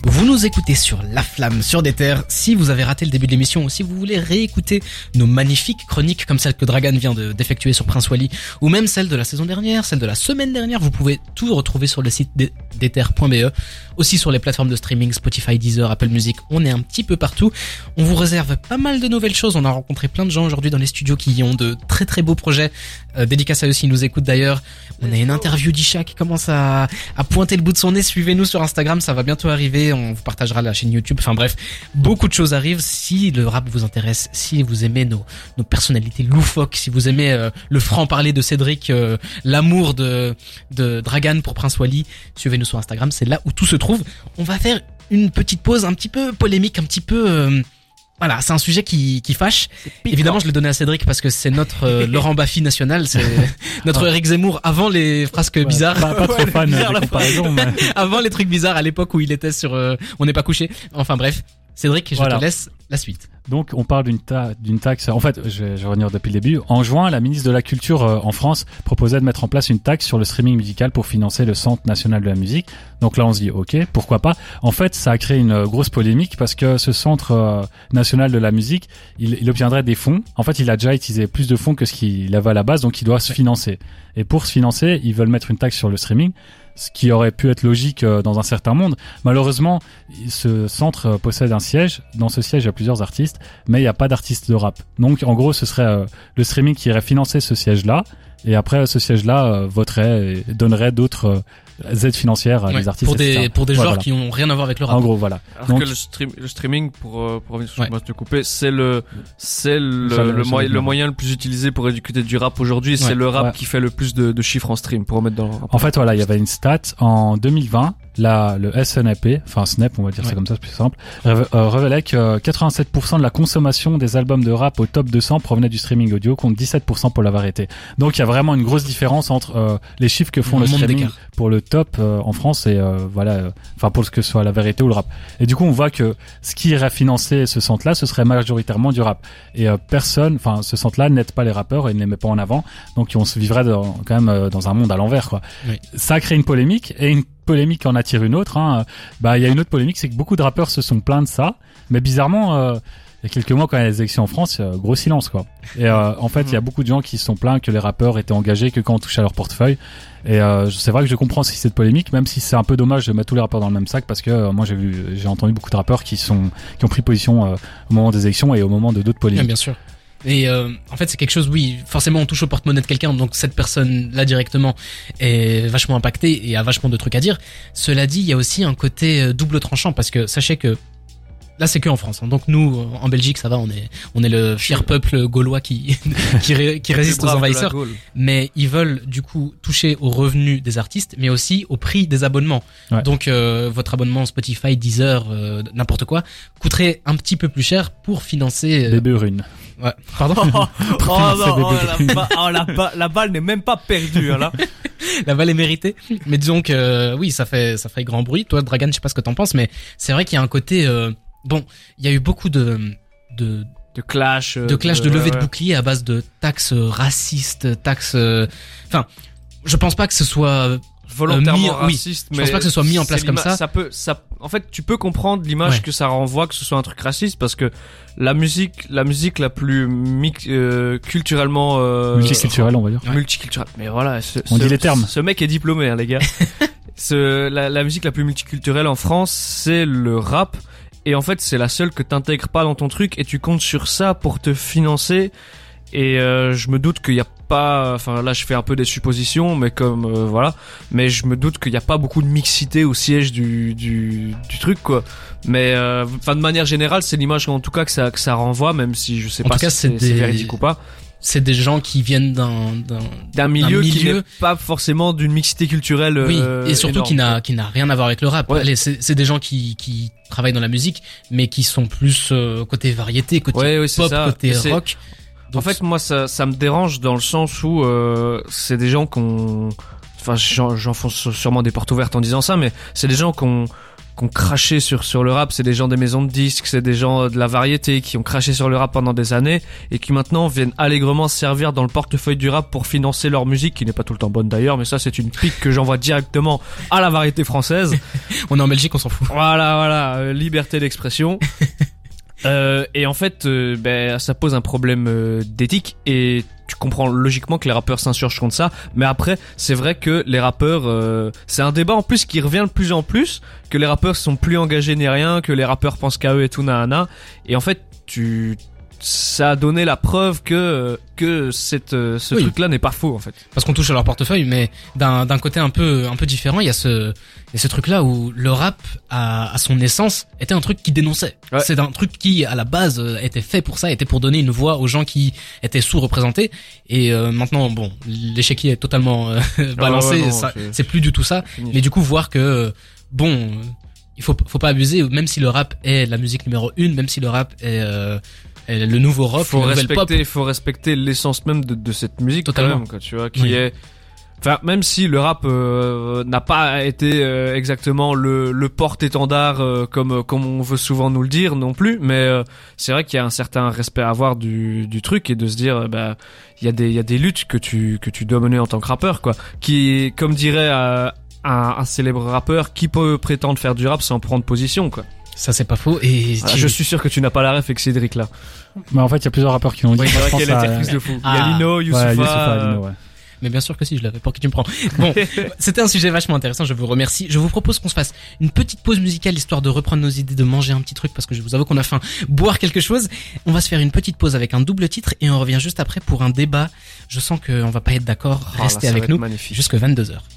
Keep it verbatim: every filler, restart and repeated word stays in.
Vous nous écoutez sur La Flamme, sur des terres. Si vous avez raté le début de l'émission ou si vous voulez réécouter nos magnifiques chroniques comme celle que Dragan vient de, d'effectuer sur Prince Wally ou même celle de la saison dernière, celle de la semaine dernière, vous pouvez tout retrouver sur le site des terres point b e. Aussi sur les plateformes de streaming, Spotify, Deezer, Apple Music, on est un petit peu partout. On vous réserve pas mal de nouvelles choses. On a rencontré plein de gens aujourd'hui dans les studios qui ont de très très beaux projets. Euh, dédicace à eux s'ils nous écoutent d'ailleurs. On a une interview d'Isha qui commence à, à pointer le bout de son nez. Suivez-nous sur Instagram, ça va bientôt arriver. On vous partagera la chaîne YouTube. Enfin bref, beaucoup de choses arrivent. Si le rap vous intéresse, si vous aimez nos, nos personnalités loufoques, si vous aimez euh, le franc-parler de Cédric, euh, l'amour de, de Dragan pour Prince Wally, suivez-nous sur Instagram. C'est là où tout se trouve. On va faire une petite pause un petit peu polémique, un petit peu... Euh, Voilà, c'est un sujet qui, qui fâche. Évidemment, je l'ai donné à Cédric parce que c'est notre euh, Laurent Baffy national, c'est notre Eric Zemmour avant les frasques ouais, bizarres. Pas, pas trop fan de comparaison, mais... Avant les trucs bizarres à l'époque où il était sur euh, On n'est pas couché. Enfin bref, Cédric, je voilà. te laisse la suite. Donc, on parle d'une, ta- d'une taxe. En fait, je vais, je vais revenir depuis le début. En juin, la ministre de la Culture euh, en France proposait de mettre en place une taxe sur le streaming musical pour financer le Centre national de la musique. Donc là, on se dit, ok, pourquoi pas. En fait, ça a créé une grosse polémique parce que ce Centre euh, national de la musique, il, il obtiendrait des fonds. En fait, il a déjà utilisé plus de fonds que ce qu'il avait à la base, donc il doit se financer. Et pour se financer, ils veulent mettre une taxe sur le streaming, ce qui aurait pu être logique dans un certain monde. Malheureusement, ce centre possède un siège. Dans ce siège, il y a plusieurs artistes, mais il n'y a pas d'artistes de rap. Donc, en gros, ce serait euh, le streaming qui irait financer ce siège-là. Et après, ce siège-là euh, voterait et donnerait d'autres euh, aides financières à ouais, des artistes. Pour des, pour des ouais, genres voilà. qui ont rien à voir avec le rap. En gros, voilà. Alors Donc, que le, stream, le streaming, pour, euh, pour revenir sur ouais. ce que tu couper, c'est le, c'est le, ça, le, ça, moyen, ça, le moyen le plus utilisé pour éduquer du rap aujourd'hui. Ouais. C'est le rap ouais. qui fait le plus de, de chiffres en stream pour remettre dans le rap. En fait, voilà, il y avait une stat en deux mille vingt. Là, le S N A P, enfin S N A P, on va dire ouais. ça comme ça, c'est plus simple, rév- euh, révélait que quatre-vingt-sept pour cent de la consommation des albums de rap au top deux cents provenait du streaming audio, contre dix-sept pour cent pour la variété. Donc, il y a vraiment une grosse différence entre euh, les chiffres que font le, le streaming d'écart. Pour le top euh, en France et euh, voilà, enfin euh, pour ce que ce soit la variété ou le rap. Et du coup, on voit que ce qui irait financer ce centre-là, ce serait majoritairement du rap. Et euh, personne, enfin, ce centre-là n'aide pas les rappeurs et ne les met pas en avant. Donc, on se vivrait dans, quand même euh, dans un monde à l'envers, quoi. Oui. Ça a créé une polémique et une polémique en attire une autre. Hein. Bah, il y a une autre polémique, c'est que beaucoup de rappeurs se sont plaints de ça, mais bizarrement, euh, il y a quelques mois quand il y a les élections en France, euh, gros silence quoi. Et euh, en fait, il y a beaucoup de gens qui se sont plaints que les rappeurs étaient engagés que quand on touchait à leur portefeuille. Et euh, c'est vrai que je comprends si cette polémique, même si c'est un peu dommage de mettre tous les rappeurs dans le même sac, parce que euh, moi j'ai vu, j'ai entendu beaucoup de rappeurs qui sont qui ont pris position euh, au moment des élections et au moment de d'autres polémiques. Ouais, bien sûr. Et euh, en fait c'est quelque chose, oui, forcément on touche au porte-monnaie de quelqu'un, donc cette personne là directement est vachement impactée et a vachement de trucs à dire. Cela dit, il y a aussi un côté double tranchant, parce que sachez que là c'est que en France, hein. Donc nous en Belgique ça va, on est on est le fier peuple gaulois qui qui, ré, qui résiste aux envahisseurs, mais ils veulent du coup toucher aux revenus des artistes, mais aussi au prix des abonnements. Ouais. Donc euh, votre abonnement Spotify, Deezer, euh, n'importe quoi coûterait un petit peu plus cher pour financer euh... des burunes. Ouais. Pardon. Oh, oh non, oh, la, ba- oh, la, ba- la balle n'est même pas perdue, hein, là. La balle est méritée. Mais disons que euh, oui, ça fait ça fait grand bruit. Toi, Dragan, je sais pas ce que t'en penses, mais c'est vrai qu'il y a un côté euh, bon, il y a eu beaucoup de de de clash, de clash, de, de levée ouais, de ouais. boucliers à base de taxes racistes, taxes. Enfin, euh, je pense pas que ce soit volontairement euh, mis, raciste, oui, mais je pense pas que ce soit mis en place comme ça. Ça peut, ça, en fait, tu peux comprendre l'image ouais. que ça renvoie, que ce soit un truc raciste, parce que la musique, la musique la plus mix, euh, culturellement euh, multiculturelle, on va dire. Multiculturelle. Mais voilà, ce, on ce, dit les termes. Ce mec est diplômé, hein, les gars. ce, la, la musique la plus multiculturelle en France, c'est le rap. Et en fait, c'est la seule que t'intègres pas dans ton truc, et tu comptes sur ça pour te financer. Et euh, je me doute qu'il y a pas, enfin là je fais un peu des suppositions, mais comme euh, voilà, mais je me doute qu'il y a pas beaucoup de mixité au siège du du, du truc quoi. Mais enfin euh, de manière générale, c'est l'image en tout cas que ça que ça renvoie, même si je sais en pas tout cas, si c'est, c'est, des... c'est véridique ou pas. C'est des gens qui viennent d'un d'un, d'un milieu, d'un milieu qui n'est pas forcément d'une mixité culturelle. Oui, euh, et surtout énorme. qui n'a qui n'a rien à voir avec le rap. Ouais. Allez, c'est c'est des gens qui qui travaillent dans la musique, mais qui sont plus euh, côté variété, côté ouais, ouais, pop, ça. côté c'est... rock. Donc, en fait, moi, ça, ça me dérange dans le sens où euh, c'est des gens qu'on, enfin, j'en, j'enfonce sûrement des portes ouvertes en disant ça, mais c'est des gens qu'on, qui ont craché sur sur le rap, c'est des gens des maisons de disques, c'est des gens de la variété qui ont craché sur le rap pendant des années et qui maintenant viennent allègrement se servir dans le portefeuille du rap pour financer leur musique, qui n'est pas tout le temps bonne d'ailleurs, mais ça c'est une pique que j'envoie directement à la variété française. On est en Belgique, on s'en fout. Voilà, voilà, euh, liberté d'expression. Euh, et en fait, euh, ben, ça pose un problème euh, d'éthique et tu comprends logiquement que les rappeurs s'insurgent contre ça. Mais après, c'est vrai que les rappeurs, euh, c'est un débat en plus qui revient de plus en plus, que les rappeurs sont plus engagés ni rien, que les rappeurs pensent qu'à eux et tout nanana. Et en fait, tu ça a donné la preuve que que cette ce oui. truc-là n'est pas faux en fait. Parce qu'on touche à leur portefeuille, mais d'un d'un côté un peu un peu différent, il y a ce il y a ce truc-là où le rap à, à son essence était un truc qui dénonçait. Ouais. C'est un truc qui à la base était fait pour ça, était pour donner une voix aux gens qui étaient sous-représentés. Et euh, maintenant, bon, l'échiquier est totalement euh, balancé, ouais, ouais, non, ça, c'est- c'est plus du tout ça. Fini. Mais du coup, voir que bon, euh, il faut faut pas abuser, même si le rap est la musique numéro une, même si le rap est euh, est le nouveau rock, faut la nouvelle pop. respecter, faut respecter l'essence même de, de cette musique Totalement. quand même, quoi, tu vois, qui Oui. est, enfin, même si le rap euh, n'a pas été euh, exactement le, le porte-étendard euh, comme comme on veut souvent nous le dire non plus, mais euh, c'est vrai qu'il y a un certain respect à avoir du du truc et de se dire, euh, bah, il y a des il y a des luttes que tu que tu dois mener en tant que rappeur, quoi, qui, comme dirait euh, un, un célèbre rappeur, qui peut prétendre faire du rap sans prendre position, quoi. Ça c'est pas faux. Et Ah, tu- je suis sûr que tu n'as pas la ref avec Cédric là. Mais en fait, il y a plusieurs rappeurs qui l'ont dit. Oui, Moi, C'est je vrai pense qu'elle à- était prise de fou. Il y Ah. a Lino, Youssoufa. Ouais, Youssoufa, euh, Lino, ouais. Mais bien sûr que si, je l'avais. Pour qui tu me prends? Bon, c'était un sujet vachement intéressant, je vous remercie. Je vous propose qu'on se fasse une petite pause musicale, histoire de reprendre nos idées, de manger un petit truc, parce que je vous avoue qu'on a faim, boire quelque chose. On va se faire une petite pause avec un double titre, et on revient juste après pour un débat. Je sens qu'on va pas être d'accord. Ah, là, Restez ça va avec être nous magnifique. jusque vingt-deux heures.